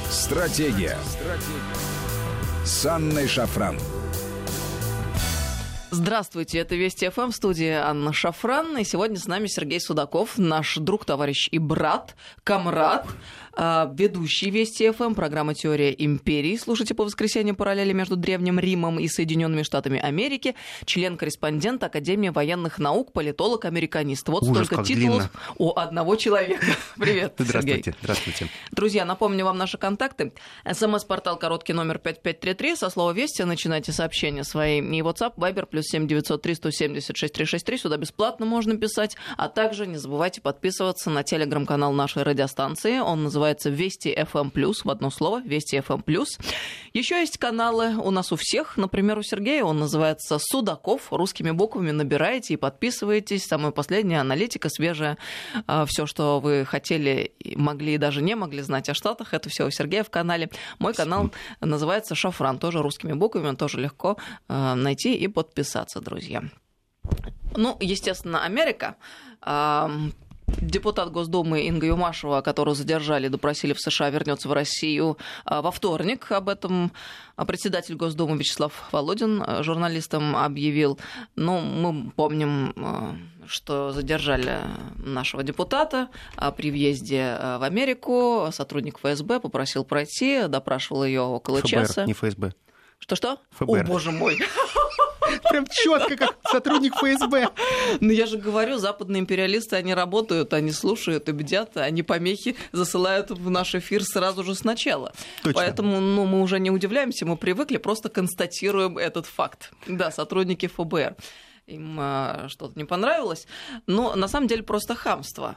Стратегия. С Анной Шафран. Здравствуйте, это Вести ФМ, в студии Анна Шафран. И сегодня с нами Сергей Судаков, наш друг, товарищ и брат, комрад, ведущий Вести ФМ, программа «Теория империи». Слушайте по воскресеньям «Параллели между Древним Римом и Соединенными Штатами Америки». Член-корреспондент Академии военных наук, политолог, американист. Вот Ужас, столько титулов у одного человека. Привет, Сергей. Здравствуйте. Друзья, напомню вам наши контакты. СМС-портал короткий номер 5533. Со слова «Вести» начинайте сообщения свои. И WhatsApp, Viber, +7 903 170 6363. Сюда бесплатно можно писать. А также не забывайте подписываться на телеграм-канал нашей радиостанции. Он называется Вести ФМ+, в одно слово, Вести ФМ+. Еще есть каналы у нас у всех. Например, у Сергея он называется Судаков. Русскими буквами набираете и подписываетесь. Самая последняя аналитика, свежая. Все, что вы хотели, могли и даже не могли знать о Штатах, это все у Сергея в канале. Мой канал называется Шафран. Тоже русскими буквами, тоже легко найти и подписаться, друзья. Ну, естественно, Америка. Депутат Госдумы Инга Юмашева, которую задержали, допросили в США, вернется в Россию во вторник. Об этом председатель Госдумы Вячеслав Володин журналистам объявил. Ну, мы помним, что задержали нашего депутата при въезде в Америку. Сотрудник ФСБ попросил пройти, допрашивал ее около часа. ФБР, не ФСБ. Что-что? ФБР. О, боже мой! Прям четко, как сотрудник ФСБ. Ну, я же говорю, западные империалисты, они работают, они слушают и бдят, они помехи засылают в наш эфир сразу же сначала. Точно. Поэтому мы уже не удивляемся, мы привыкли, просто констатируем этот факт. Да, сотрудники ФБР. Им что-то не понравилось. Но на самом деле просто хамство.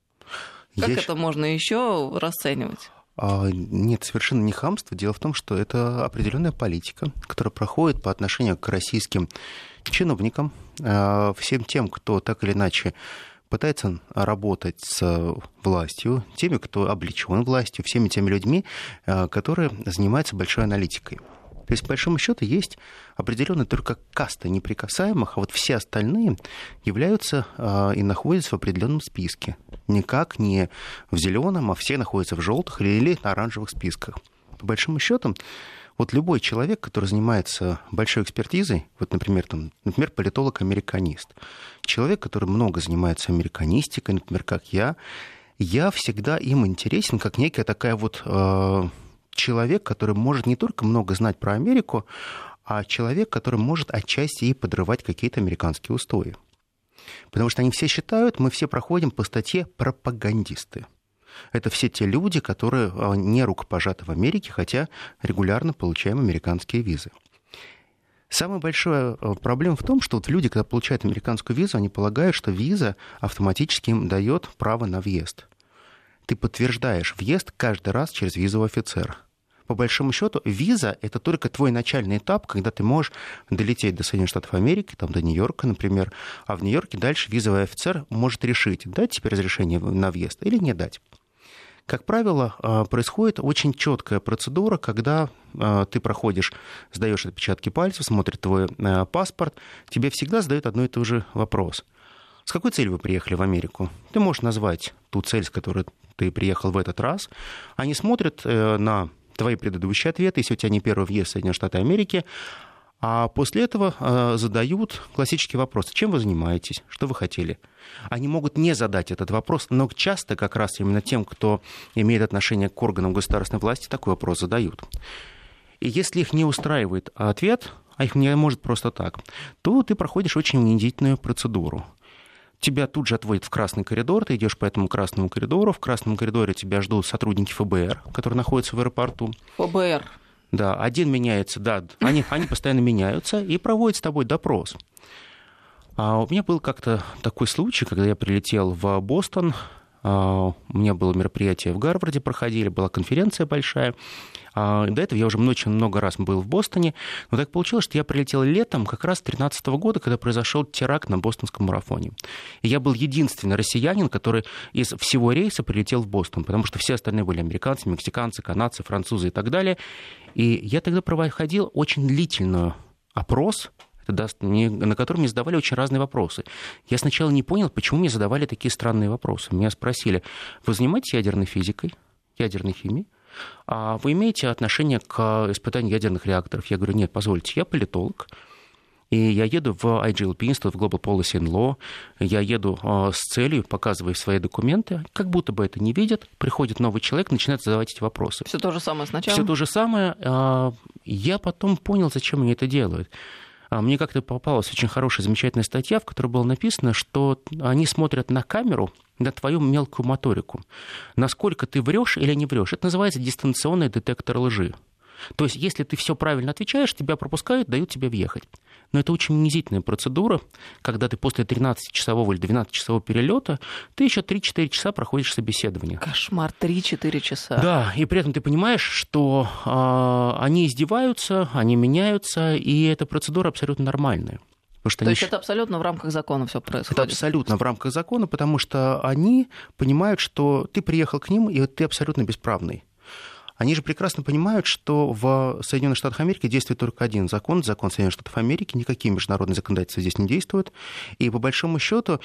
Как это можно еще расценивать? Нет, совершенно не хамство. Дело в том, что это определенная политика, которая проходит по отношению к российским чиновникам, всем тем, кто так или иначе пытается работать с властью, теми, кто облечен властью, всеми теми людьми, которые занимаются большой аналитикой. То есть, по большому счету, есть определенная только каста неприкасаемых, а вот все остальные являются и находятся в определенном списке. Никак не в зеленом, а все находятся в желтых или на оранжевых списках. По большому счету, вот любой человек, который занимается большой экспертизой, вот, например, политолог-американист, человек, который много занимается американистикой, например, как я всегда им интересен, как некая такая вот человек, который может не только много знать про Америку, а человек, который может отчасти и подрывать какие-то американские устои. Потому что они все считают, мы все проходим по статье пропагандисты. Это все те люди, которые не рукопожаты в Америке, хотя регулярно получаем американские визы. Самая большая проблема в том, что вот люди, когда получают американскую визу, они полагают, что виза автоматически им дает право на въезд. Ты подтверждаешь въезд каждый раз через визового офицера. По большому счету, виза — это только твой начальный этап, когда ты можешь долететь до Соединенных Штатов Америки, там, до Нью-Йорка, например, а в Нью-Йорке дальше визовый офицер может решить, дать тебе разрешение на въезд или не дать. Как правило, происходит очень четкая процедура, когда ты проходишь, сдаешь отпечатки пальцев, смотрит твой паспорт, тебе всегда задают одно и то же вопрос. С какой целью вы приехали в Америку? Ты можешь назвать ту цель, с которой ты приехал в этот раз. Они смотрят на твои предыдущие ответы, если у тебя не первый въезд в Соединенные Штаты Америки, а после этого задают классический вопрос. Чем вы занимаетесь? Что вы хотели? Они могут не задать этот вопрос, но часто как раз именно тем, кто имеет отношение к органам государственной власти, такой вопрос задают. И если их не устраивает ответ, а их не может просто так, то ты проходишь очень унизительную процедуру. Тебя тут же отводят в красный коридор, ты идешь по этому красному коридору. В красном коридоре тебя ждут сотрудники ФБР, которые находятся в аэропорту. ФБР. Да, один меняется, да, они постоянно меняются и проводят с тобой допрос. У меня был как-то такой случай, когда я прилетел в Бостон. У меня было мероприятие в Гарварде, проходили, была конференция большая. До этого я уже очень много раз был в Бостоне. Но так получилось, что я прилетел летом как раз 2013 года, когда произошел теракт на бостонском марафоне. И я был единственный россиянин, который из всего рейса прилетел в Бостон, потому что все остальные были американцы, мексиканцы, канадцы, французы и так далее. И я тогда проходил очень длительный опрос, на котором мне задавали очень разные вопросы. Я сначала не понял, почему мне задавали такие странные вопросы. Меня спросили: вы занимаетесь ядерной физикой, ядерной химией? А вы имеете отношение к испытанию ядерных реакторов? Я говорю, нет, позвольте, я политолог. И я еду в IGLP, Institute of Global Policy and Law, я еду с целью, показывая свои документы, как будто бы это не видят, приходит новый человек, начинает задавать эти вопросы. Все то же самое сначала? Все то же самое. Я потом понял, зачем они это делают. Мне как-то попалась очень хорошая, замечательная статья, в которой было написано, что они смотрят на камеру, на твою мелкую моторику. Насколько ты врешь или не врешь. Это называется дистанционный детектор лжи. То есть, если ты все правильно отвечаешь, тебя пропускают, дают тебе въехать. Но это очень унизительная процедура, когда ты после 13-часового или 12-часового перелета, ты еще 3-4 часа проходишь собеседование. Кошмар, 3-4 часа. Да, и при этом ты понимаешь, что они издеваются, они меняются, и эта процедура абсолютно нормальная. То есть это абсолютно в рамках закона все происходит? Это абсолютно в рамках закона, потому что они понимают, что ты приехал к ним, и ты абсолютно бесправный. Они же прекрасно понимают, что в Соединенных Штатах Америки действует только один закон, закон Соединенных Штатов Америки, никакие международные законодательства здесь не действуют. И по большому счету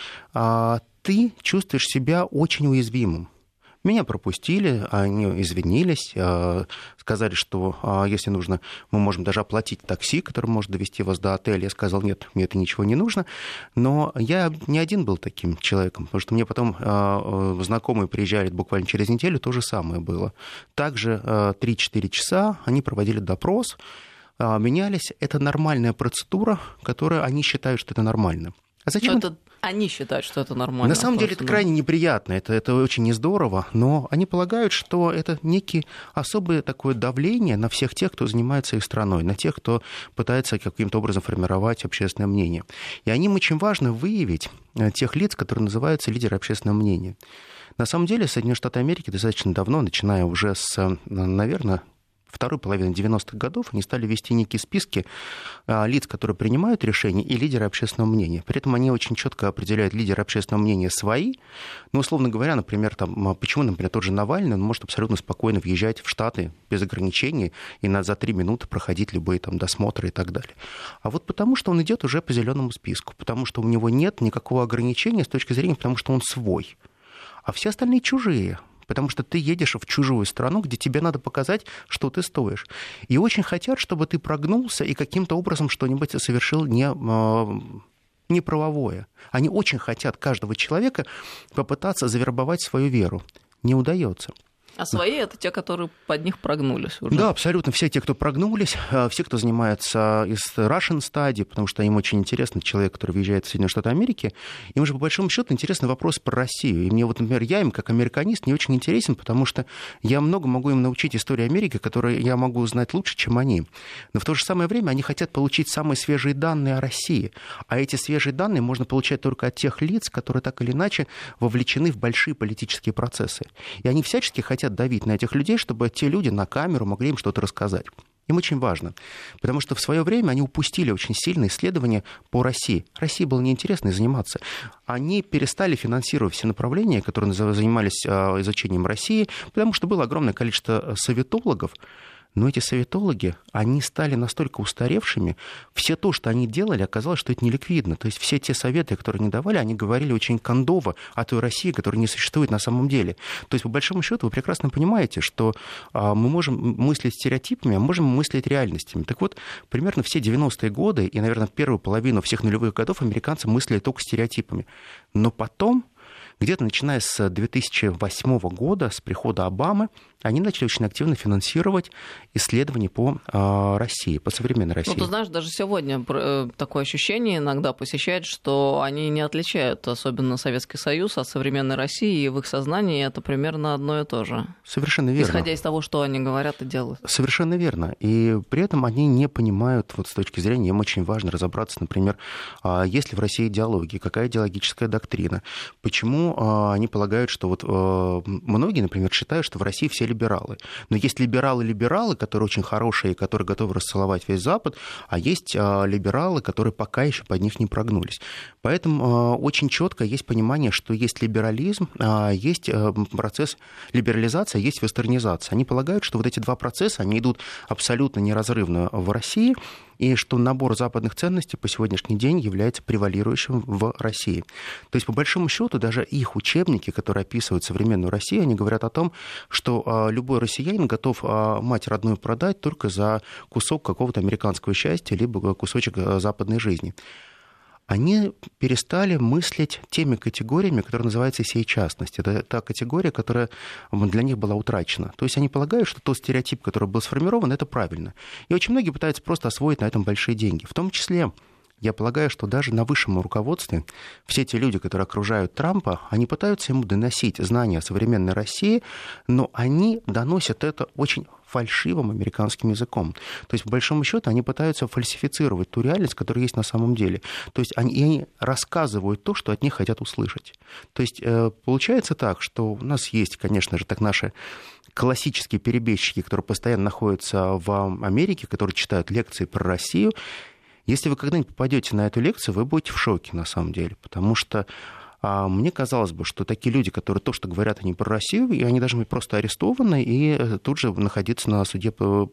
ты чувствуешь себя очень уязвимым. Меня пропустили, они извинились, сказали, что если нужно, мы можем даже оплатить такси, которое может довести вас до отеля. Я сказал, нет, мне это ничего не нужно. Но я не один был таким человеком, потому что мне потом знакомые приезжали буквально через неделю, то же самое было. Также 3-4 часа они проводили допрос, менялись. Это нормальная процедура, которую они считают, что это нормально. А зачем это? Они считают, что это нормально. На самом деле это крайне неприятно, это очень нездорово, но они полагают, что это некое особое такое давление на всех тех, кто занимается их страной, на тех, кто пытается каким-то образом формировать общественное мнение. И им очень важно выявить тех лиц, которые называются лидеры общественного мнения. На самом деле Соединенные Штаты Америки достаточно давно, начиная уже с, наверное, второй половины 90-х годов, они стали вести некие списки лиц, которые принимают решения, и лидеры общественного мнения. При этом они очень четко определяют лидеры общественного мнения свои. Ну, условно говоря, например, почему, например, тот же Навальный, он может абсолютно спокойно въезжать в Штаты без ограничений и за 3 минуты проходить любые досмотры и так далее. А вот потому, что он идет уже по зеленому списку, потому что у него нет никакого ограничения с точки зрения, потому что он свой. А все остальные чужие. Потому что ты едешь в чужую страну, где тебе надо показать, что ты стоишь. И очень хотят, чтобы ты прогнулся и каким-то образом что-нибудь совершил неправовое. Они очень хотят каждого человека попытаться завербовать свою веру. Не удается. А свои это те, которые под них прогнулись уже. Да, абсолютно. Все те, кто прогнулись, все, кто занимается из Russian Study, потому что им очень интересно человек, который въезжает в Соединенные Штаты Америки. Им же, по большому счету, интересны вопросы про Россию. И мне, например, я им, как американист, не очень интересен, потому что я много могу им научить истории Америки, которую я могу узнать лучше, чем они. Но в то же самое время они хотят получить самые свежие данные о России. А эти свежие данные можно получать только от тех лиц, которые так или иначе вовлечены в большие политические процессы. И они всячески хотят давить на этих людей, чтобы те люди на камеру могли им что-то рассказать. Им очень важно, потому что в свое время они упустили очень сильные исследования по России. России было неинтересно заниматься. Они перестали финансировать все направления, которые занимались изучением России, потому что было огромное количество советологов. Но эти советологи, они стали настолько устаревшими, все то, что они делали, оказалось, что это неликвидно. То есть все те советы, которые они давали, они говорили очень кондово о той России, которая не существует на самом деле. То есть, по большому счету, вы прекрасно понимаете, что мы можем мыслить стереотипами, а можем мыслить реальностями. Так вот, примерно все 90-е годы и, наверное, первую половину всех нулевых годов американцы мыслили только стереотипами. Но потом, где-то начиная с 2008 года, с прихода Обамы, они начали очень активно финансировать исследования по России, по современной России. Ну, ты знаешь, даже сегодня такое ощущение иногда посещает, что они не отличают, особенно Советский Союз, от современной России, и в их сознании это примерно одно и то же. Совершенно верно. Исходя из того, что они говорят и делают. Совершенно верно. И при этом они не понимают, вот с точки зрения, им очень важно разобраться, например, есть ли в России идеология, какая идеологическая доктрина, почему они полагают, что вот многие, например, считают, что в России все либералы. Но есть либералы, которые очень хорошие, которые готовы расцеловать весь Запад, а есть либералы, которые пока еще под них не прогнулись. Поэтому очень четко есть понимание, что есть либерализм, есть процесс либерализации, есть вестернизация. Они полагают, что вот эти два процесса, они идут абсолютно неразрывно в России, и что набор западных ценностей по сегодняшний день является превалирующим в России. То есть, по большому счету, даже их учебники, которые описывают современную Россию, они говорят о том, что любой россиянин готов мать родную продать только за кусок какого-то американского счастья, либо кусочек западной жизни. Они перестали мыслить теми категориями, которые называются сеячастность. Это та категория, которая для них была утрачена. То есть они полагают, что тот стереотип, который был сформирован, это правильно. И очень многие пытаются просто освоить на этом большие деньги. В том числе, я полагаю, что даже на высшем руководстве все те люди, которые окружают Трампа, они пытаются ему доносить знания о современной России, но они доносят это очень фальшивым американским языком. То есть, по большому счету, они пытаются фальсифицировать ту реальность, которая есть на самом деле. То есть они рассказывают то, что от них хотят услышать. То есть получается так, что у нас есть, конечно же, так наши классические перебежчики, которые постоянно находятся в Америке, которые читают лекции про Россию. Если вы когда-нибудь попадете на эту лекцию, вы будете в шоке, на самом деле, потому что мне казалось бы, что такие люди, которые то, что говорят они про Россию, и они должны быть просто арестованы и тут же находиться на суде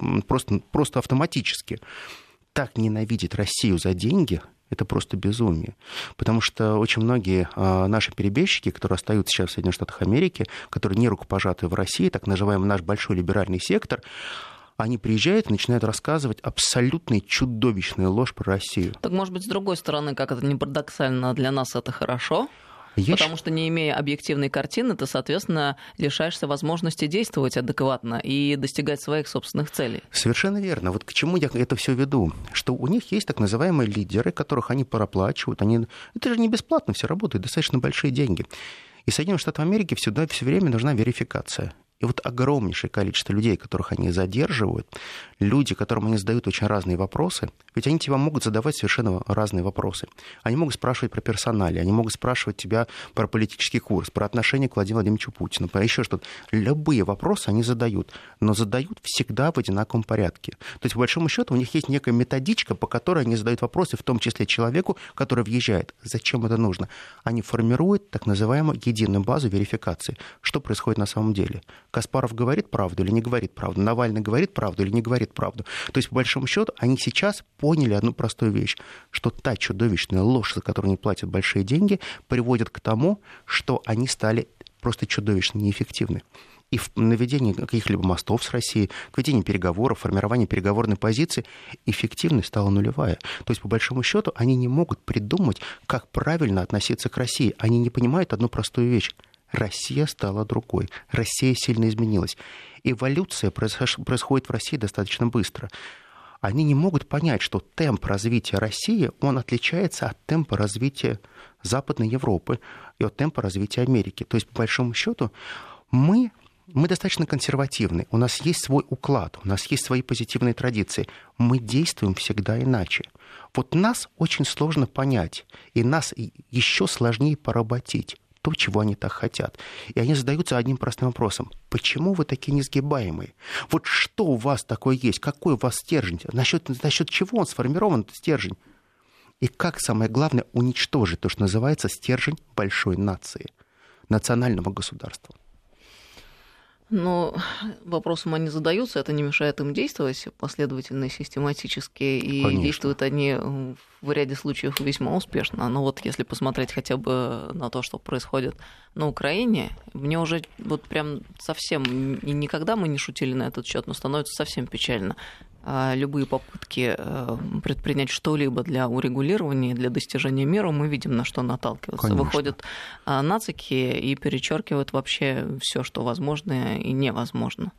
просто автоматически. Так ненавидеть Россию за деньги — это просто безумие. Потому что очень многие наши перебежчики, которые остаются сейчас в Соединенных Штатах Америки, которые не рукопожаты в России, так называемый наш большой либеральный сектор, они приезжают и начинают рассказывать абсолютно чудовищную ложь про Россию. Так, может быть, с другой стороны, как это не парадоксально, для нас это хорошо? Потому что, не имея объективной картины, ты, соответственно, лишаешься возможности действовать адекватно и достигать своих собственных целей. Совершенно верно. Вот к чему я это все веду. Что у них есть так называемые лидеры, которых они проплачивают. Это же не бесплатно, все работает, достаточно большие деньги. И Соединенным Штатам Америки все время нужна верификация. И вот огромнейшее количество людей, которых они задерживают, люди, которым они задают очень разные вопросы, ведь они тебе могут задавать совершенно разные вопросы. Они могут спрашивать про персоналии, они могут спрашивать тебя про политический курс, про отношение к Владимиру Владимировичу Путину, про еще что-то. Любые вопросы они задают, но задают всегда в одинаковом порядке. То есть, по большому счету, у них есть некая методичка, по которой они задают вопросы, в том числе человеку, который въезжает. Зачем это нужно? Они формируют так называемую единую базу верификации. Что происходит на самом деле? Каспаров говорит правду или не говорит правду? Навальный говорит правду или не говорит правду? То есть, по большому счету, они сейчас поняли одну простую вещь, что та чудовищная ложь, за которую они платят большие деньги, приводит к тому, что они стали просто чудовищно неэффективны. И в наведении каких-либо мостов с Россией, к ведению переговоров, формированию переговорной позиции эффективность стала нулевая. То есть, по большому счету, они не могут придумать, как правильно относиться к России. Они не понимают одну простую вещь. Россия стала другой. Россия сильно изменилась. Эволюция происходит в России достаточно быстро. Они не могут понять, что темп развития России, он отличается от темпа развития Западной Европы и от темпа развития Америки. То есть, по большому счету, мы достаточно консервативны. У нас есть свой уклад, у нас есть свои позитивные традиции. Мы действуем всегда иначе. Вот нас очень сложно понять, и нас еще сложнее поработить. То, чего они так хотят. И они задаются одним простым вопросом. Почему вы такие несгибаемые? Вот что у вас такое есть? Какой у вас стержень? Насчет чего он сформирован, этот стержень? И как, самое главное, уничтожить то, что называется стержень большой нации, национального государства? Но вопросом они задаются, это не мешает им действовать последовательно и систематически, и Конечно. Действуют они в ряде случаев весьма успешно. Но вот если посмотреть хотя бы на то, что происходит на Украине, мне уже вот прям совсем, и никогда мы не шутили на этот счет, но становится совсем печально. Любые попытки предпринять что-либо для урегулирования, для достижения мира, мы видим, на что наталкиваются. Конечно. Выходят нацики и перечеркивают вообще все, что возможно и невозможно.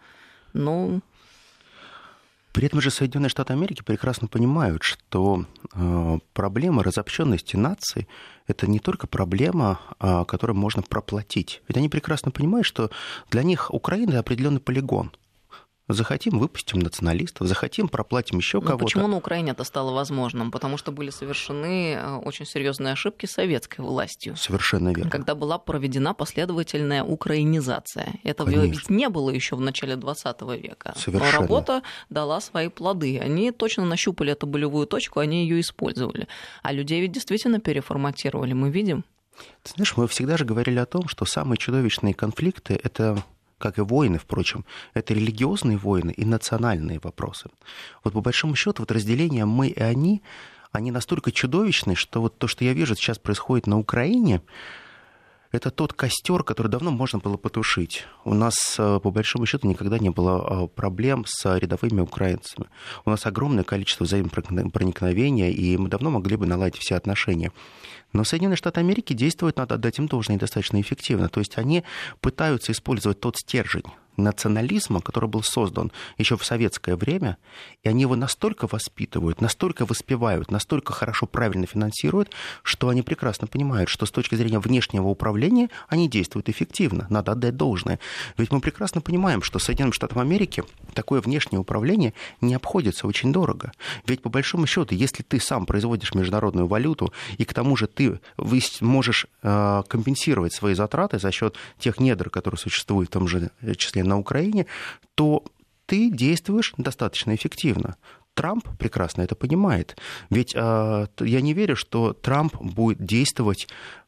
При этом же Соединенные Штаты Америки прекрасно понимают, что проблема разобщенности наций — это не только проблема, которую можно проплатить. Ведь они прекрасно понимают, что для них Украина — это определенный полигон. Захотим — выпустим националистов, захотим — проплатим еще кого-то. Почему на Украине это стало возможным? Потому что были совершены очень серьезные ошибки советской властью. Совершенно верно. Когда была проведена последовательная украинизация. Этого ведь не было еще в начале 20 века. Совершенно. Но работа дала свои плоды. Они точно нащупали эту болевую точку, они ее использовали. А людей ведь действительно переформатировали, мы видим. Ты знаешь, мы всегда же говорили о том, что самые чудовищные конфликты — это как и войны, впрочем, это религиозные войны и национальные вопросы. Вот по большому счету вот разделение «мы» и «они» настолько чудовищны, что вот то, что я вижу сейчас происходит на Украине, это тот костер, который давно можно было потушить. У нас, по большому счету, никогда не было проблем с рядовыми украинцами. У нас огромное количество взаимопроникновения, и мы давно могли бы наладить все отношения. Но Соединенные Штаты Америки действуют, надо отдать им должное, достаточно эффективно. То есть они пытаются использовать тот стержень национализма, который был создан еще в советское время, и они его настолько воспитывают, настолько воспевают, настолько хорошо, правильно финансируют, что они прекрасно понимают, что с точки зрения внешнего управления они действуют эффективно. Надо отдать должное. Ведь мы прекрасно понимаем, что Соединенным Штатам Америки такое внешнее управление не обходится очень дорого. Ведь по большому счету, если ты сам производишь международную валюту, и к тому же ты можешь компенсировать свои затраты за счет тех недр, которые существуют в том же числе на Украине, то ты действуешь достаточно эффективно. Трамп прекрасно это понимает. Ведь я не верю, что Трамп будет действовать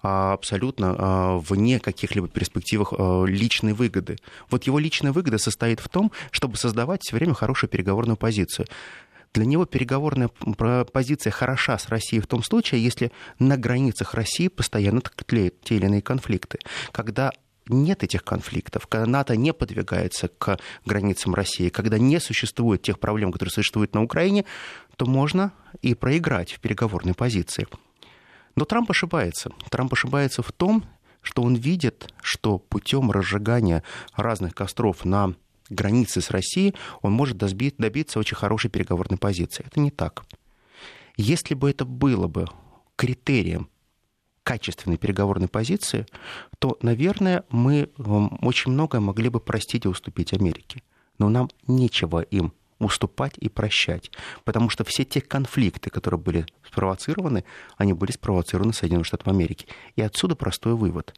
абсолютно вне каких-либо перспектив личной выгоды. Вот его личная выгода состоит в том, чтобы создавать все время хорошую переговорную позицию. Для него переговорная позиция хороша с Россией в том случае, если на границах России постоянно тлеют те или иные конфликты. Когда нет этих конфликтов, когда НАТО не подвигается к границам России, когда не существует тех проблем, которые существуют на Украине, то можно и проиграть в переговорной позиции. Но Трамп ошибается. Трамп ошибается в том, что он видит, что путем разжигания разных костров на границе с Россией он может добиться очень хорошей переговорной позиции. Это не так. Если бы это было бы критерием качественной переговорной позиции, то, наверное, мы очень многое могли бы простить и уступить Америке. Но нам нечего им уступать и прощать, потому что все те конфликты, которые были спровоцированы, они были спровоцированы Соединенными Штатами Америки. И отсюда простой вывод.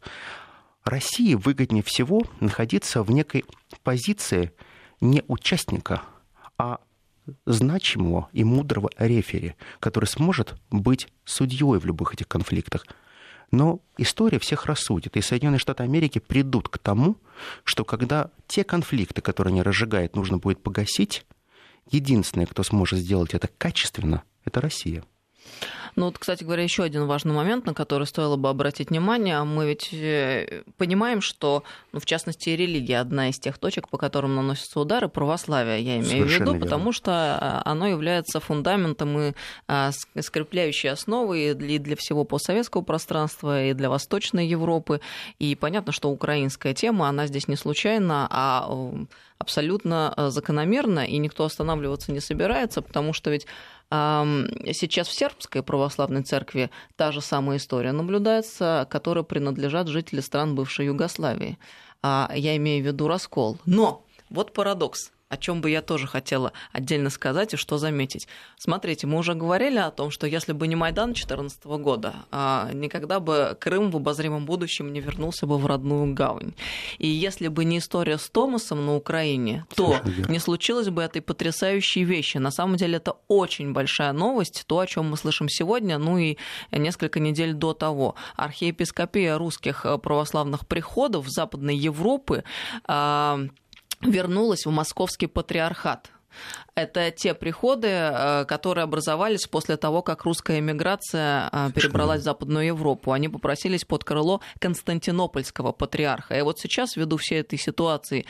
России выгоднее всего находиться в некой позиции не участника, а значимого и мудрого рефери, который сможет быть судьей в любых этих конфликтах. Но история всех рассудит, и Соединенные Штаты Америки придут к тому, что когда те конфликты, которые они разжигают, нужно будет погасить, единственное, кто сможет сделать это качественно, это Россия. Ну вот, кстати говоря, еще один важный момент, на который стоило бы обратить внимание. Мы ведь понимаем, что, в частности, религия одна из тех точек, по которым наносятся удары, православие, я имею в виду, потому что оно является фундаментом и скрепляющей основой и для всего постсоветского пространства, и для Восточной Европы. И понятно, что украинская тема, она здесь не случайна, а абсолютно закономерна, и никто останавливаться не собирается, потому что ведь сейчас в сербской православной церкви та же самая история наблюдается, которой принадлежат жители стран бывшей Югославии. Я имею в виду раскол. Но вот парадокс, о чем бы я тоже хотела отдельно сказать и что заметить. Смотрите, мы уже говорили о том, что если бы не Майдан 2014 года, никогда бы Крым в обозримом будущем не вернулся бы в родную гавань. И если бы не история с Томасом на Украине, то не случилось бы этой потрясающей вещи. На самом деле это очень большая новость, то, о чем мы слышим сегодня, ну и несколько недель до того. Архиепископия русских православных приходов Западной Европы вернулась в Московский патриархат. Это те приходы, которые образовались после того, как русская эмиграция перебралась в Западную Европу. Они попросились под крыло Константинопольского патриарха. И вот сейчас, ввиду всей этой ситуации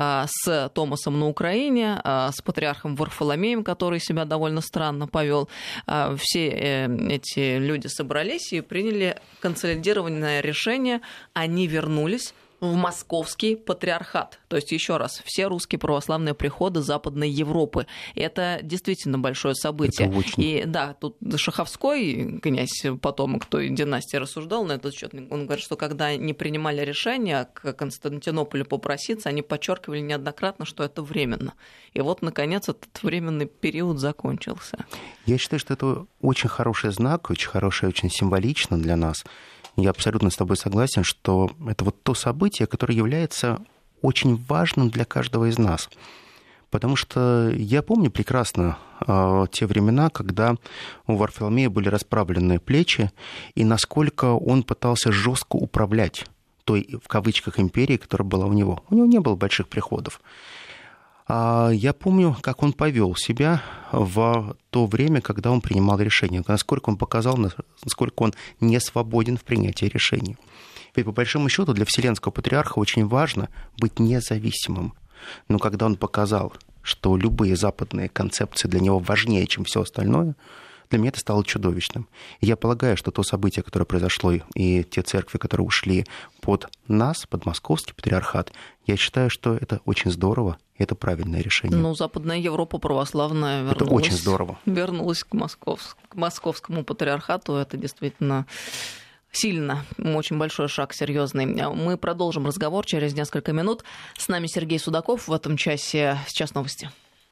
с Томасом на Украине, с патриархом Варфоломеем, который себя довольно странно повел, все эти люди собрались и приняли консолидированное решение. Они вернулись в Московский патриархат. То есть, еще раз, все русские православные приходы Западной Европы. Это действительно большое событие. И да, тут Шаховской, князь, потомок той династии, рассуждал на этот счет. Он говорит, что когда они принимали решение к Константинополю попроситься, они подчеркивали неоднократно, что это временно. И вот, наконец, этот временный период закончился. Я считаю, что это очень хороший знак, очень хороший, очень символично для нас. Я абсолютно с тобой согласен, что это вот то событие, которое является очень важным для каждого из нас. Потому что я помню прекрасно те времена, когда у Варфоломея были расправлены плечи, и насколько он пытался жестко управлять той, в кавычках, империи, которая была у него. У него не было больших приходов. Я помню, как он повел себя в то время, когда он принимал решения, насколько он показал, насколько он не свободен в принятии решений. Ведь, по большому счету, для Вселенского Патриарха очень важно быть независимым. Но когда он показал, что любые западные концепции для него важнее, чем все остальное, для меня это стало чудовищным. И я полагаю, что то событие, которое произошло, и те церкви, которые ушли под нас, под Московский Патриархат, я считаю, что это очень здорово, и это правильное решение. Ну, Западная Европа православная вернулась. Это очень здорово. Вернулась к Московскому Патриархату. Это действительно сильно, очень большой шаг, серьезный. Мы продолжим разговор через несколько минут. С нами Сергей Судаков в этом часе. Сейчас новости.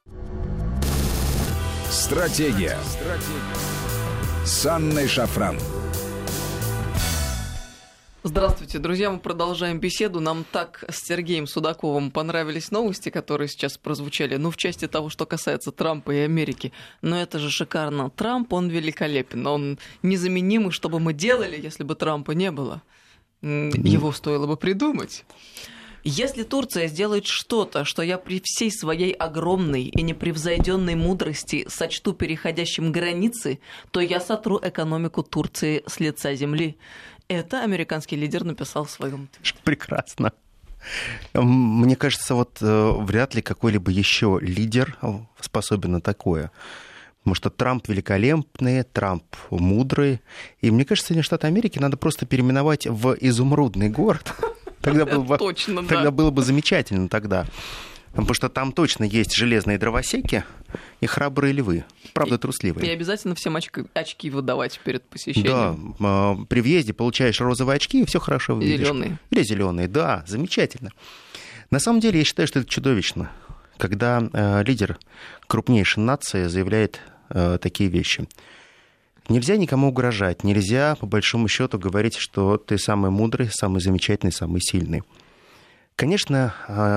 Стратегия. С Анной Шафран. Здравствуйте, друзья. Мы продолжаем беседу. Нам так с Сергеем Судаковым понравились новости, которые сейчас прозвучали. В части того, что касается Трампа и Америки. Но это же шикарно. Трамп, он великолепен. Он незаменимый, что бы мы делали, если бы Трампа не было. Его стоило бы придумать. Если Турция сделает что-то, что я при всей своей огромной и непревзойденной мудрости сочту переходящим границы, то я сотру экономику Турции с лица земли. Это американский лидер написал в своем твиттере. Прекрасно. Мне кажется, вряд ли какой-либо еще лидер способен на такое. Потому что Трамп великолепный, Трамп мудрый. И мне кажется, Соединенные Штаты Америки надо просто переименовать в изумрудный город. Тогда было бы замечательно тогда. Потому что там точно есть железные дровосеки и храбрые львы. Правда, трусливые. И обязательно всем очки выдавать перед посещением. Да, при въезде получаешь розовые очки, и все хорошо выглядишь. Зеленые. Или зеленые, да, замечательно. На самом деле, я считаю, что это чудовищно, когда лидер крупнейшей нации заявляет такие вещи. Нельзя никому угрожать, нельзя, по большому счету, говорить, что ты самый мудрый, самый замечательный, самый сильный. Конечно,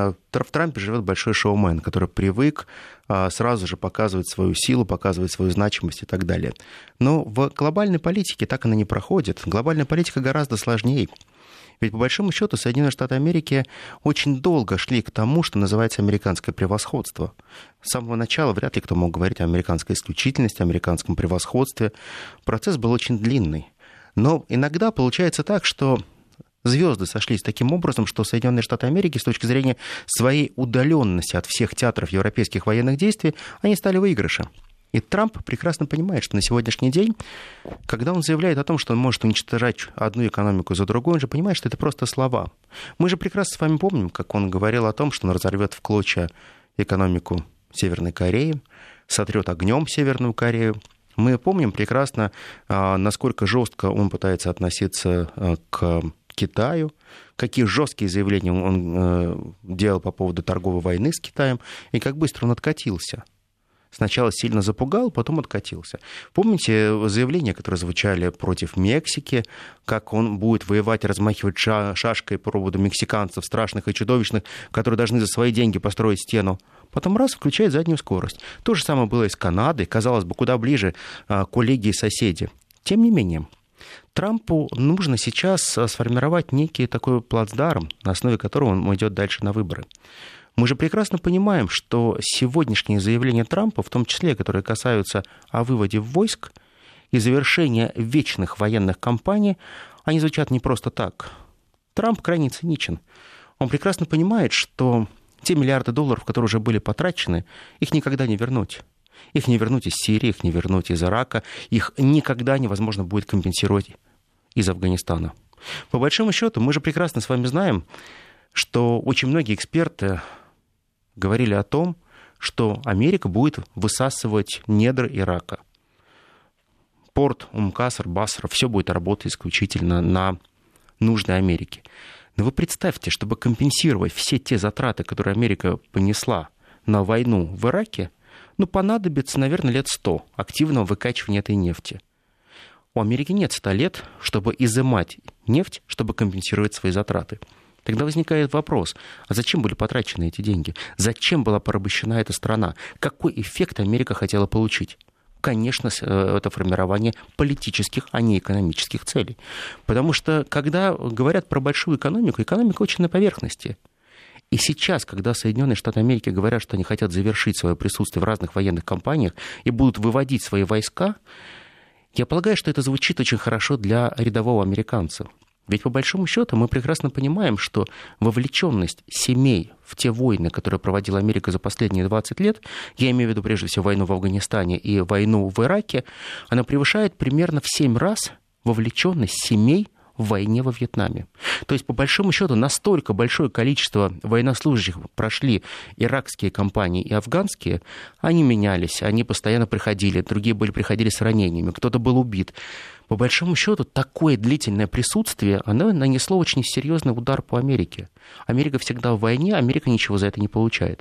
в Трампе живет большой шоумен, который привык сразу же показывать свою силу, показывать свою значимость и так далее. Но в глобальной политике так она не проходит. Глобальная политика гораздо сложнее. Ведь, по большому счету, Соединенные Штаты Америки очень долго шли к тому, что называется американское превосходство. С самого начала вряд ли кто мог говорить о американской исключительности, о американском превосходстве. Процесс был очень длинный. Но иногда получается так, что звезды сошлись таким образом, что Соединенные Штаты Америки с точки зрения своей удаленности от всех театров европейских военных действий, они стали выигрышем. И Трамп прекрасно понимает, что на сегодняшний день, когда он заявляет о том, что он может уничтожать одну экономику за другой, он же понимает, что это просто слова. Мы же прекрасно с вами помним, как он говорил о том, что он разорвет в клочья экономику Северной Кореи, сотрет огнем Северную Корею. Мы помним прекрасно, насколько жестко он пытается относиться к Китаю, какие жесткие заявления он делал по поводу торговой войны с Китаем, и как быстро он откатился. Сначала сильно запугал, потом откатился. Помните заявления, которые звучали против Мексики, как он будет воевать, размахивать шашкой по поводу мексиканцев страшных и чудовищных, которые должны за свои деньги построить стену. Потом раз, включает заднюю скорость. То же самое было и с Канадой, казалось бы, куда ближе коллеги и соседи. Тем не менее, Трампу нужно сейчас сформировать некий такой плацдарм, на основе которого он идет дальше на выборы. Мы же прекрасно понимаем, что сегодняшние заявления Трампа, в том числе, которые касаются о выводе войск и завершения вечных военных кампаний, они звучат не просто так. Трамп крайне циничен. Он прекрасно понимает, что те миллиарды долларов, которые уже были потрачены, их никогда не вернуть. Их не вернуть из Сирии, их не вернуть из Ирака, их никогда невозможно будет компенсировать из Афганистана. По большому счету, мы же прекрасно с вами знаем, что очень многие эксперты говорили о том, что Америка будет высасывать недра Ирака. Порт Ум-Каср, Басра, все будет работать исключительно на нужды Америки. Но вы представьте, чтобы компенсировать все те затраты, которые Америка понесла на войну в Ираке, понадобится, наверное, лет 100 активного выкачивания этой нефти. У Америки нет 100 лет, чтобы изымать нефть, чтобы компенсировать свои затраты. Тогда возникает вопрос, а зачем были потрачены эти деньги? Зачем была порабощена эта страна? Какой эффект Америка хотела получить? Конечно, это формирование политических, а не экономических целей. Потому что, когда говорят про большую экономику, экономика очень на поверхности. И сейчас, когда Соединенные Штаты Америки говорят, что они хотят завершить свое присутствие в разных военных кампаниях и будут выводить свои войска, я полагаю, что это звучит очень хорошо для рядового американца. Ведь по большому счету мы прекрасно понимаем, что вовлеченность семей в те войны, которые проводила Америка за последние 20 лет, я имею в виду прежде всего войну в Афганистане и войну в Ираке, она превышает примерно в 7 раз вовлеченность семей в войне во Вьетнаме. То есть, по большому счету, настолько большое количество военнослужащих прошли иракские кампании и афганские, они менялись, они постоянно приходили, другие приходили с ранениями, кто-то был убит. По большому счету, такое длительное присутствие, оно нанесло очень серьезный удар по Америке. Америка всегда в войне, Америка ничего за это не получает.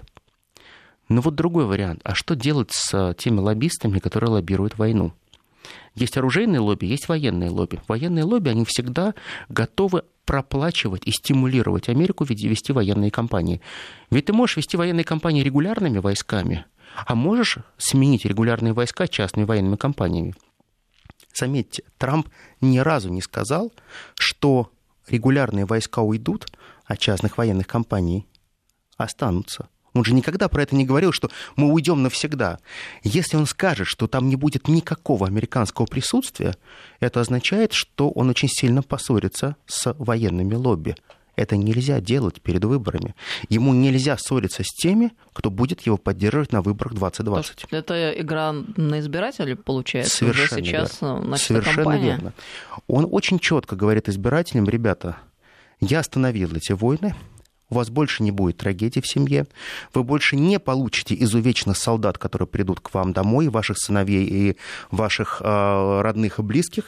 Но вот другой вариант. А что делать с теми лоббистами, которые лоббируют войну? Есть оружейные лобби, есть военные лобби. Военные лобби, они всегда готовы проплачивать и стимулировать Америку вести военные кампании. Ведь ты можешь вести военные кампании регулярными войсками, а можешь сменить регулярные войска частными военными кампаниями. Заметьте, Трамп ни разу не сказал, что регулярные войска уйдут, а частных военных кампаний останутся. Он же никогда про это не говорил, что мы уйдем навсегда. Если он скажет, что там не будет никакого американского присутствия, это означает, что он очень сильно поссорится с военными лобби. Это нельзя делать перед выборами. Ему нельзя ссориться с теми, кто будет его поддерживать на выборах 2020. Это игра на избирателей, получается? Совершенно уже сейчас верно. Совершенно верно. Он очень четко говорит избирателям: ребята, я остановил эти войны, у вас больше не будет трагедий в семье, вы больше не получите изувеченных солдат, которые придут к вам домой, ваших сыновей и ваших родных и близких,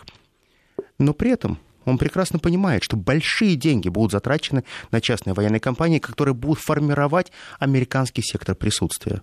но при этом он прекрасно понимает, что большие деньги будут затрачены на частные военные компании, которые будут формировать американский сектор присутствия.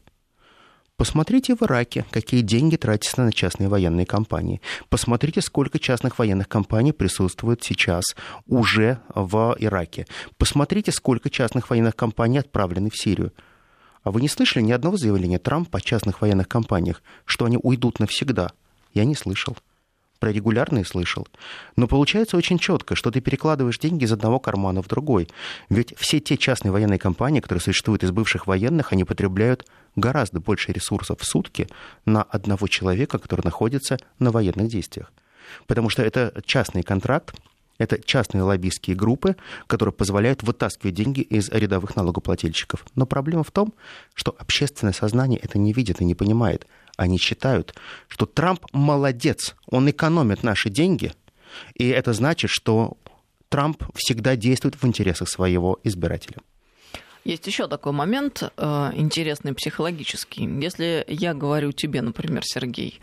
Посмотрите в Ираке, какие деньги тратятся на частные военные компании. Посмотрите, сколько частных военных компаний присутствует сейчас уже в Ираке. Посмотрите, сколько частных военных компаний отправлены в Сирию. А вы не слышали ни одного заявления Трампа о частных военных компаниях, что они уйдут навсегда? Я не слышал. Про регулярные слышал. Но получается очень четко, что ты перекладываешь деньги из одного кармана в другой. Ведь все те частные военные компании, которые существуют из бывших военных, они потребляют гораздо больше ресурсов в сутки на одного человека, который находится на военных действиях. Потому что это частный контракт, это частные лоббистские группы, которые позволяют вытаскивать деньги из рядовых налогоплательщиков. Но проблема в том, что общественное сознание это не видит и не понимает. Они считают, что Трамп молодец, он экономит наши деньги, и это значит, что Трамп всегда действует в интересах своего избирателя. Есть еще такой момент интересный психологический. Если я говорю тебе, например, Сергей,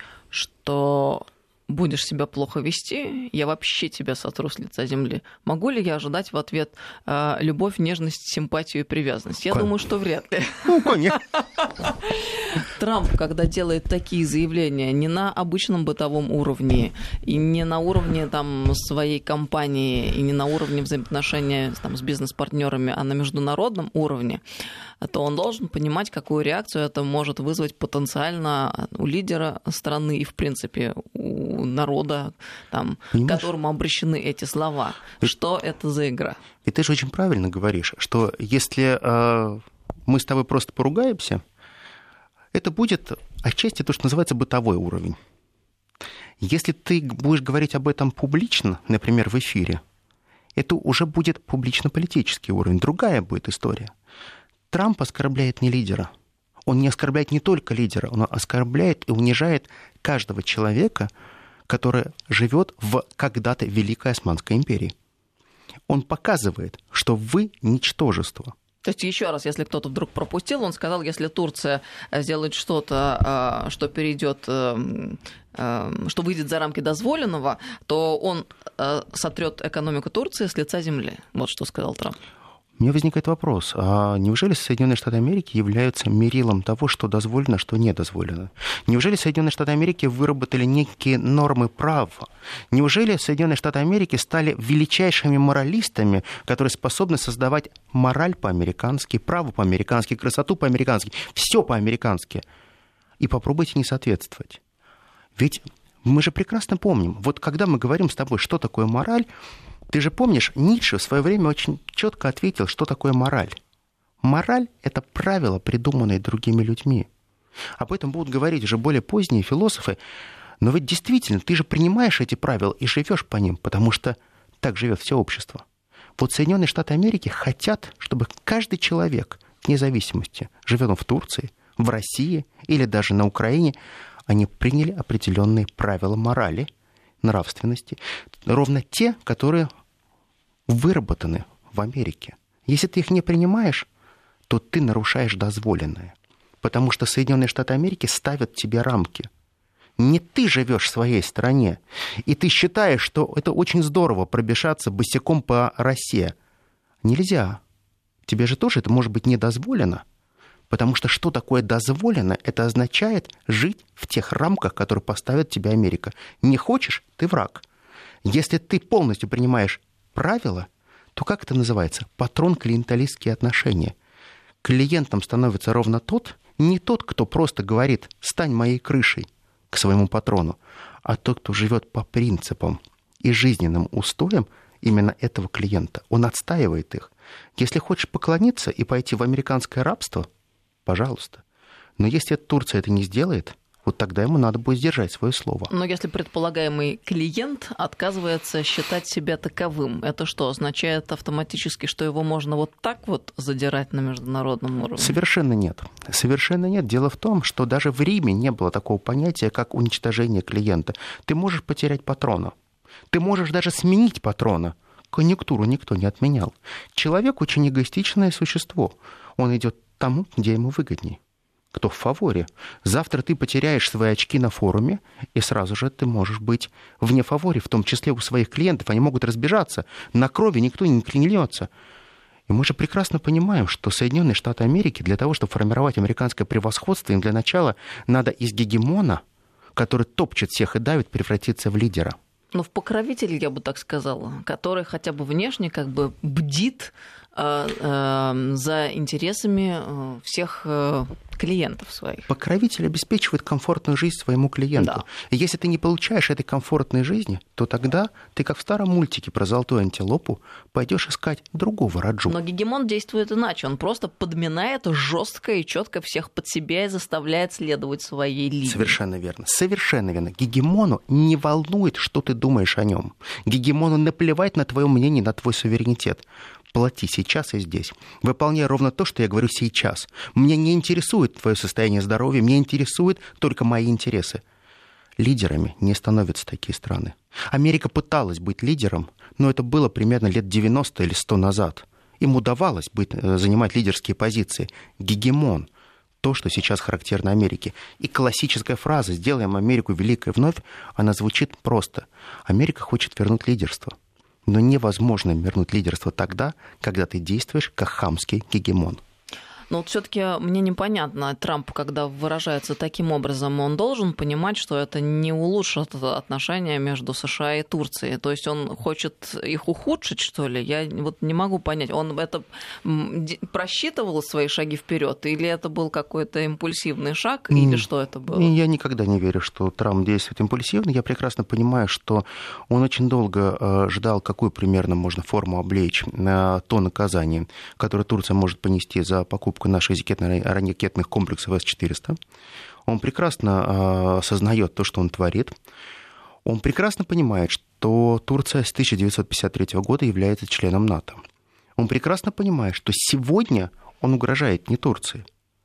что будешь себя плохо вести, я вообще тебя сотру с лица земли. Могу ли я ожидать в ответ любовь, нежность, симпатию и привязанность? Я думаю, что вряд ли. Ну, конечно. Трамп, когда делает такие заявления не на обычном бытовом уровне, и не на уровне там, своей компании, и не на уровне взаимоотношения там, с бизнес-партнерами, а на международном уровне, то он должен понимать, какую реакцию это может вызвать потенциально у лидера страны и, в принципе, у народа, там, к которому обращены эти слова. Что это за игра? И ты же очень правильно говоришь, что если мы с тобой просто поругаемся, это будет отчасти то, что называется бытовой уровень. Если ты будешь говорить об этом публично, например, в эфире, это уже будет публично-политический уровень, другая будет история. Трамп оскорбляет не лидера. Он не оскорбляет не только лидера, он оскорбляет и унижает каждого человека, который живет в когда-то Великой Османской империи. Он показывает, что вы ничтожество. То есть, еще раз, если кто-то вдруг пропустил, он сказал, если Турция сделает что-то, что перейдет, что выйдет за рамки дозволенного, то он сотрет экономику Турции с лица земли. Вот что сказал Трамп. У меня возникает вопрос, а неужели Соединенные Штаты Америки являются мерилом того, что дозволено, что не дозволено? Неужели Соединенные Штаты Америки выработали некие нормы права? Неужели Соединенные Штаты Америки стали величайшими моралистами, которые способны создавать мораль по-американски, право по-американски, красоту по-американски, все по-американски? И попробуйте не соответствовать. Ведь мы же прекрасно помним, вот когда мы говорим с тобой, что такое мораль, ты же помнишь, Ницше в свое время очень четко ответил, что такое мораль. Мораль – это правила, придуманные другими людьми. Об этом будут говорить уже более поздние философы. Но ведь действительно, ты же принимаешь эти правила и живешь по ним, потому что так живет все общество. Вот Соединенные Штаты Америки хотят, чтобы каждый человек, вне зависимости, живет он в Турции, в России или даже на Украине, они приняли определенные правила морали, нравственности, ровно те, которые выработаны в Америке. Если ты их не принимаешь, то ты нарушаешь дозволенное. Потому что Соединенные Штаты Америки ставят тебе рамки. Не ты живешь в своей стране, и ты считаешь, что это очень здорово пробежаться босиком по росе. Нельзя. Тебе же тоже это может быть не дозволено. Потому что такое дозволено? Это означает жить в тех рамках, которые поставит тебе Америка. Не хочешь — ты враг. Если ты полностью принимаешь правила, то как это называется? Патрон-клиенталистские отношения. Клиентом становится ровно не тот, кто просто говорит «стань моей крышей» к своему патрону, а тот, кто живет по принципам и жизненным устоям именно этого клиента. Он отстаивает их. Если хочешь поклониться и пойти в американское рабство, пожалуйста. Но если Турция это не сделает, вот тогда ему надо будет сдержать свое слово. Но если предполагаемый клиент отказывается считать себя таковым, это что, означает автоматически, что его можно вот так вот задирать на международном уровне? Совершенно нет. Совершенно нет. Дело в том, что даже в Риме не было такого понятия, как уничтожение клиента. Ты можешь потерять патрона. Ты можешь даже сменить патрона. Конъюнктуру никто не отменял. Человек очень эгоистичное существо. Он идет тому, где ему выгодней. Кто в фаворе. Завтра ты потеряешь свои очки на форуме, и сразу же ты можешь быть вне фаворе, в том числе у своих клиентов. Они могут разбежаться. На крови никто не клянется. И мы же прекрасно понимаем, что Соединенные Штаты Америки для того, чтобы формировать американское превосходство, им для начала надо из гегемона, который топчет всех и давит, превратиться в лидера. Ну, в покровитель, я бы так сказала, который хотя бы внешне как бы бдит за интересами всех клиентов своих. Покровитель обеспечивает комфортную жизнь своему клиенту. Да. И если ты не получаешь этой комфортной жизни, то тогда ты, как в старом мультике про золотую антилопу, пойдешь искать другого раджу. Но гегемон действует иначе. Он просто подминает жестко и четко всех под себя и заставляет следовать своей линии. Совершенно верно. Совершенно верно. Гегемону не волнует, что ты думаешь о нем. Гегемону наплевать на твое мнение, на твой суверенитет. Плати сейчас и здесь. Выполняй ровно то, что я говорю сейчас. Меня не интересует твое состояние здоровья, меня интересуют только мои интересы. Лидерами не становятся такие страны. Америка пыталась быть лидером, но это было примерно лет 90 или 100 назад. Им удавалось занимать лидерские позиции. Гегемон. То, что сейчас характерно Америке. И классическая фраза «сделаем Америку великой вновь», она звучит просто. Америка хочет вернуть лидерство. Но невозможно вернуть лидерство тогда, когда ты действуешь как хамский гегемон. Но вот все-таки мне непонятно, Трамп, когда выражается таким образом, он должен понимать, что это не улучшит отношения между США и Турцией. То есть он хочет их ухудшить, что ли? Я вот не могу понять. Он это просчитывал свои шаги вперед, или это был какой-то импульсивный шаг, или что это было? Я никогда не верю, что Трамп действует импульсивно. Я прекрасно понимаю, что он очень долго ждал, какую примерно можно форму облечь на то наказание, которое Турция может понести за покупку наших ракетных комплексов С-400. Он прекрасно осознает то, что он творит. Он прекрасно понимает, что Турция с 1953 года является членом НАТО. Он прекрасно понимает, что сегодня он угрожает не Турции.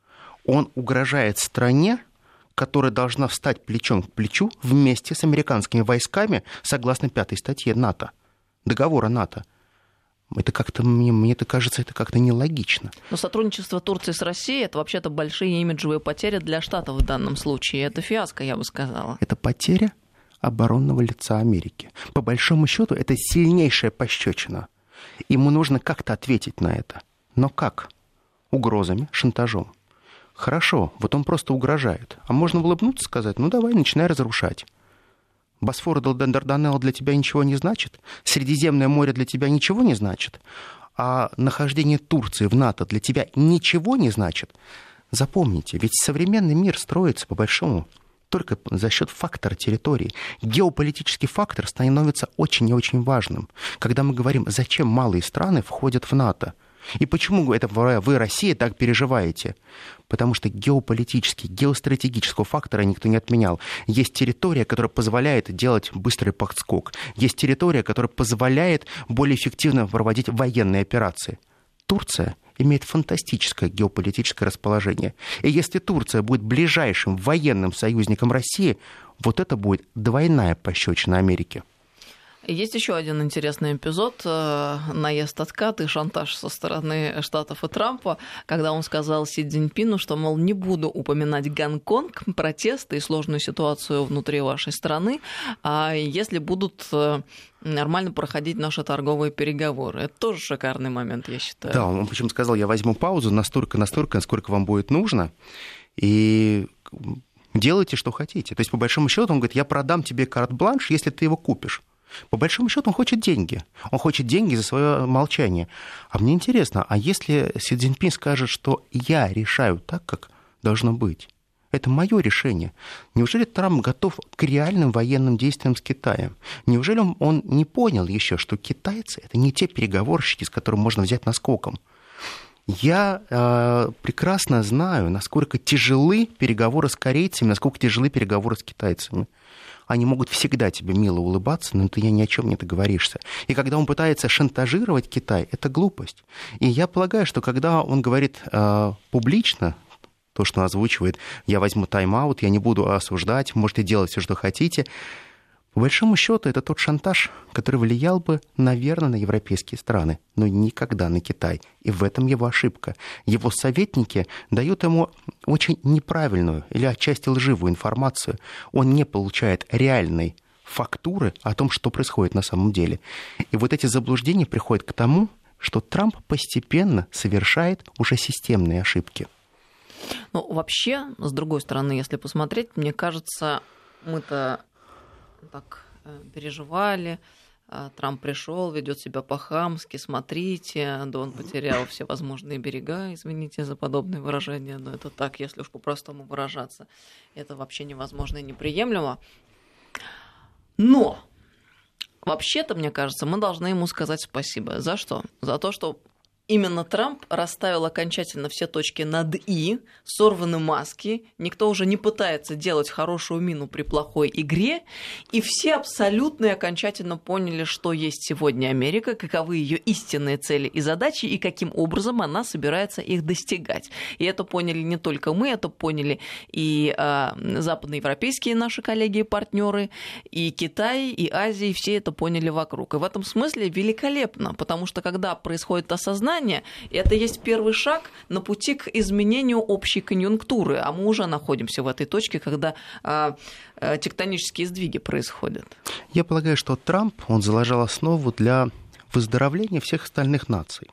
Он угрожает стране, которая должна встать плечом к плечу вместе с американскими войсками согласно 5 статье НАТО, договора НАТО. Это как-то, мне это кажется, это как-то нелогично. Но сотрудничество Турции с Россией — это вообще-то большие имиджевые потери для Штатов в данном случае. Это фиаско, я бы сказала. Это потеря оборонного лица Америки. По большому счету, это сильнейшая пощечина. Ему нужно как-то ответить на это. Но как? Угрозами, шантажом. Хорошо, вот он просто угрожает. А можно улыбнуться и сказать: ну давай, начинай разрушать. Босфор и Дарданелл для тебя ничего не значит? Средиземное море для тебя ничего не значит? А нахождение Турции в НАТО для тебя ничего не значит? Запомните, ведь современный мир строится, по большому, только за счет фактора территории. Геополитический фактор становится очень и очень важным. Когда мы говорим, зачем малые страны входят в НАТО, и почему это вы, Россия, так переживаете? Потому что геополитический, геостратегического фактора никто не отменял. Есть территория, которая позволяет делать быстрый подскок. Есть территория, которая позволяет более эффективно проводить военные операции. Турция имеет фантастическое геополитическое расположение. И если Турция будет ближайшим военным союзником России, вот это будет двойная пощечина Америке. Есть еще один интересный эпизод, наезд откат и шантаж со стороны Штатов и Трампа, когда он сказал Си Цзиньпину, что, мол, не буду упоминать Гонконг, протесты и сложную ситуацию внутри вашей страны, если будут нормально проходить наши торговые переговоры. Это тоже шикарный момент, я считаю. Да, он почему сказал, я возьму паузу настолько, насколько вам будет нужно, и делайте, что хотите. То есть, по большому счету, он говорит, я продам тебе карт-бланш, если ты его купишь. По большому счету он хочет деньги. Он хочет деньги за свое молчание. А мне интересно, а если Си Цзиньпин скажет, что я решаю так, как должно быть? Это мое решение. Неужели Трамп готов к реальным военным действиям с Китаем? Неужели он не понял еще, что китайцы — это не те переговорщики, с которыми можно взять наскоком? Я прекрасно знаю, насколько тяжелы переговоры с корейцами, насколько тяжелы переговоры с китайцами. Они могут всегда тебе мило улыбаться, но ты ни о чем не договоришься. И когда он пытается шантажировать Китай, это глупость. И я полагаю, что когда он говорит публично, то, что он озвучивает, я возьму тайм-аут, я не буду осуждать, можете делать все, что хотите, по большому счету это тот шантаж, который влиял бы, наверное, на европейские страны, но никогда на Китай. И в этом его ошибка. Его советники дают ему очень неправильную или отчасти лживую информацию. Он не получает реальной фактуры о том, что происходит на самом деле. И вот эти заблуждения приходят к тому, что Трамп постепенно совершает уже системные ошибки. Ну, вообще, с другой стороны, если посмотреть, мне кажется, мы-то так переживали, Трамп пришел, ведет себя по-хамски, смотрите, да он потерял все возможные берега, извините за подобное выражение, но это так, если уж по-простому выражаться, это вообще невозможно и неприемлемо. Но вообще-то, мне кажется, мы должны ему сказать спасибо. За что? За то, что именно Трамп расставил окончательно все точки над «и», сорваны маски, никто уже не пытается делать хорошую мину при плохой игре, и все абсолютно и окончательно поняли, что есть сегодня Америка, каковы ее истинные цели и задачи, и каким образом она собирается их достигать. И это поняли не только мы, это поняли и западноевропейские наши коллеги и партнеры, и Китай, и Азия, и все это поняли вокруг. И в этом смысле великолепно, потому что когда происходит осознание, это есть первый шаг на пути к изменению общей конъюнктуры, а мы уже находимся в этой точке, когда тектонические сдвиги происходят. Я полагаю, что Трамп, он заложил основу для выздоровления всех остальных наций.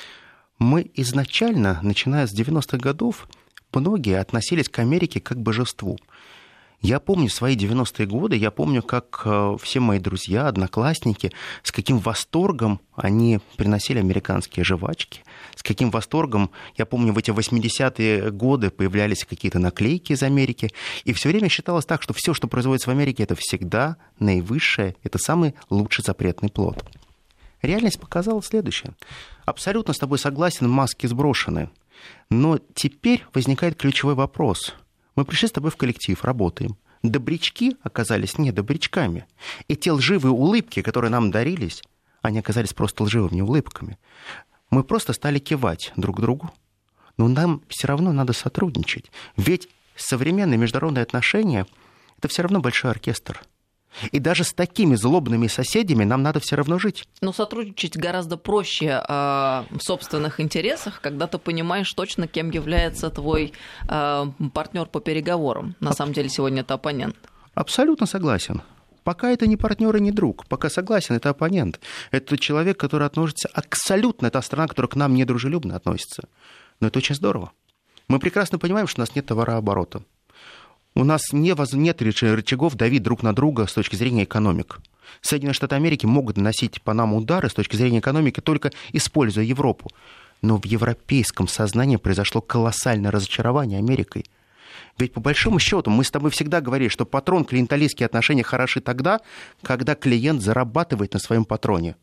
Мы изначально, начиная с 90-х годов, многие относились к Америке как к божеству. Я помню свои 90-е годы, я помню, как все мои друзья, одноклассники, с каким восторгом они приносили американские жвачки, с каким восторгом, я помню, в эти 80-е годы появлялись какие-то наклейки из Америки, и все время считалось так, что все, что производится в Америке, это всегда наивысшее, это самый лучший запретный плод. Реальность показала следующее. Абсолютно с тобой согласен, маски сброшены, но теперь возникает ключевой вопрос – мы пришли с тобой в коллектив, работаем. Добрячки оказались не добрячками. И те лживые улыбки, которые нам дарились, они оказались просто лживыми улыбками. Мы просто стали кивать друг другу. Но нам все равно надо сотрудничать. Ведь современные международные отношения – это все равно большой оркестр. И даже с такими злобными соседями нам надо все равно жить. Но сотрудничать гораздо проще в собственных интересах, когда ты понимаешь точно, кем является твой партнер по переговорам. На самом деле сегодня это оппонент. Абсолютно согласен. Пока это не партнер и не друг. Пока согласен, это оппонент. Это человек, который относится абсолютно, это страна, которая к нам недружелюбно относится. Но это очень здорово. Мы прекрасно понимаем, что у нас нет товарооборота. У нас нет рычагов давить друг на друга с точки зрения экономик. Соединенные Штаты Америки могут наносить по нам удары с точки зрения экономики, только используя Европу. Но в европейском сознании произошло колоссальное разочарование Америкой. Ведь по большому счету мы с тобой всегда говорили, что патрон-клиенталистские отношения хороши тогда, когда клиент зарабатывает на своем патроне.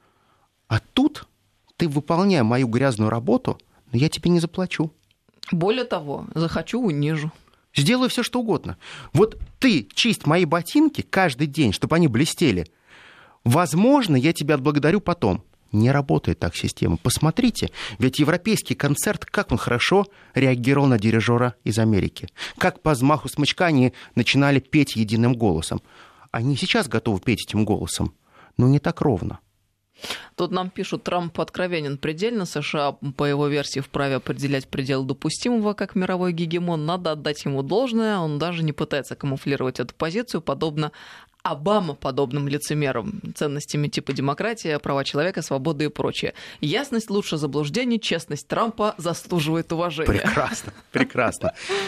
А тут ты, выполняя мою грязную работу, но я тебе не заплачу. Более того, захочу — унижу. Сделаю все, что угодно. Вот ты чисть мои ботинки каждый день, чтобы они блестели. Возможно, я тебя отблагодарю потом. Не работает так система. Посмотрите, ведь европейский концерт, как он хорошо реагировал на дирижера из Америки. Как по взмаху смычка они начинали петь единым голосом. Они сейчас готовы петь этим голосом, но не так ровно. Тут нам пишут, Трамп откровенен предельно. США, по его версии, вправе определять предел допустимого как мировой гегемон. Надо отдать ему должное. Он даже не пытается камуфлировать эту позицию, подобно Обама подобным лицемерам, ценностями типа демократия, права человека, свободы и прочее. Ясность лучше заблуждений, честность Трампа заслуживает уважения. Прекрасно, прекрасно.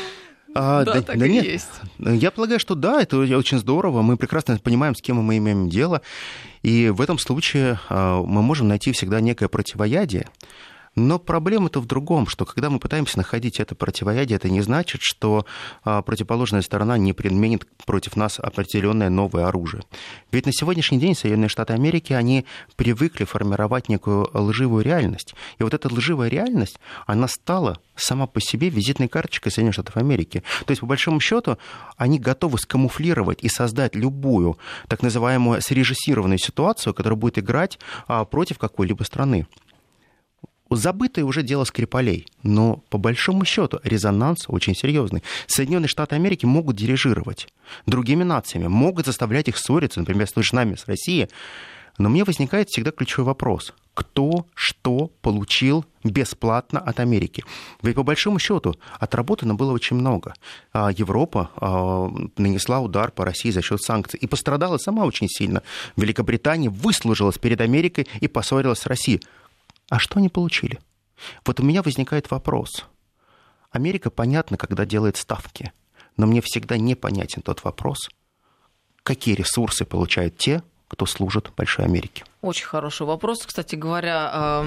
Так и нет. есть. Я полагаю, что да, это очень здорово. Мы прекрасно понимаем, с кем мы имеем дело. И в этом случае мы можем найти всегда некое противоядие. Но проблема-то в другом, что когда мы пытаемся находить это противоядие, это не значит, что противоположная сторона не применит против нас определенное новое оружие. Ведь на сегодняшний день Соединенные Штаты Америки, они привыкли формировать некую лживую реальность. И вот эта лживая реальность, она стала сама по себе визитной карточкой Соединенных Штатов Америки. То есть, по большому счету, они готовы скамуфлировать и создать любую так называемую срежиссированную ситуацию, которая будет играть против какой-либо страны. Забытое уже дело Скрипалей, но по большому счету резонанс очень серьезный. Соединенные Штаты Америки могут дирижировать другими нациями, могут заставлять их ссориться, например, с нами, с Россией. Но мне возникает всегда ключевой вопрос. Кто что получил бесплатно от Америки? Ведь по большому счету отработано было очень много. Европа нанесла удар по России за счет санкций и пострадала сама очень сильно. Великобритания выслужилась перед Америкой и поссорилась с Россией. А что они получили? Вот у меня возникает вопрос. Америка, понятно, когда делает ставки, но мне всегда непонятен тот вопрос, какие ресурсы получают те, кто служит Большой Америке. Очень хороший вопрос. Кстати говоря,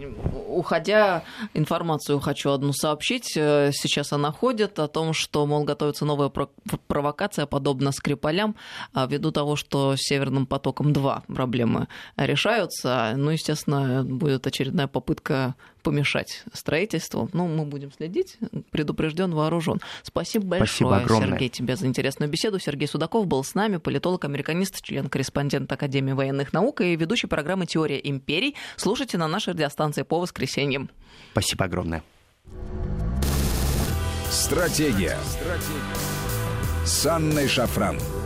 уходя, информацию хочу одну сообщить. Сейчас она ходит о том, что, мол, готовится новая провокация, подобно Скрипалям, ввиду того, что с Северным потоком-2 проблемы решаются. Ну, естественно, будет очередная попытка помешать строительству. Ну, мы будем следить. Предупрежден, вооружен. Спасибо большое, Сергей, тебе за интересную беседу. Сергей Судаков был с нами, политолог, американист, член-корреспондент Академии военных наук и ведущий программы «Теория империй». Слушайте на нашей радиостанции по воскресеньям. Спасибо огромное. Стратегия. С Анной Шафран.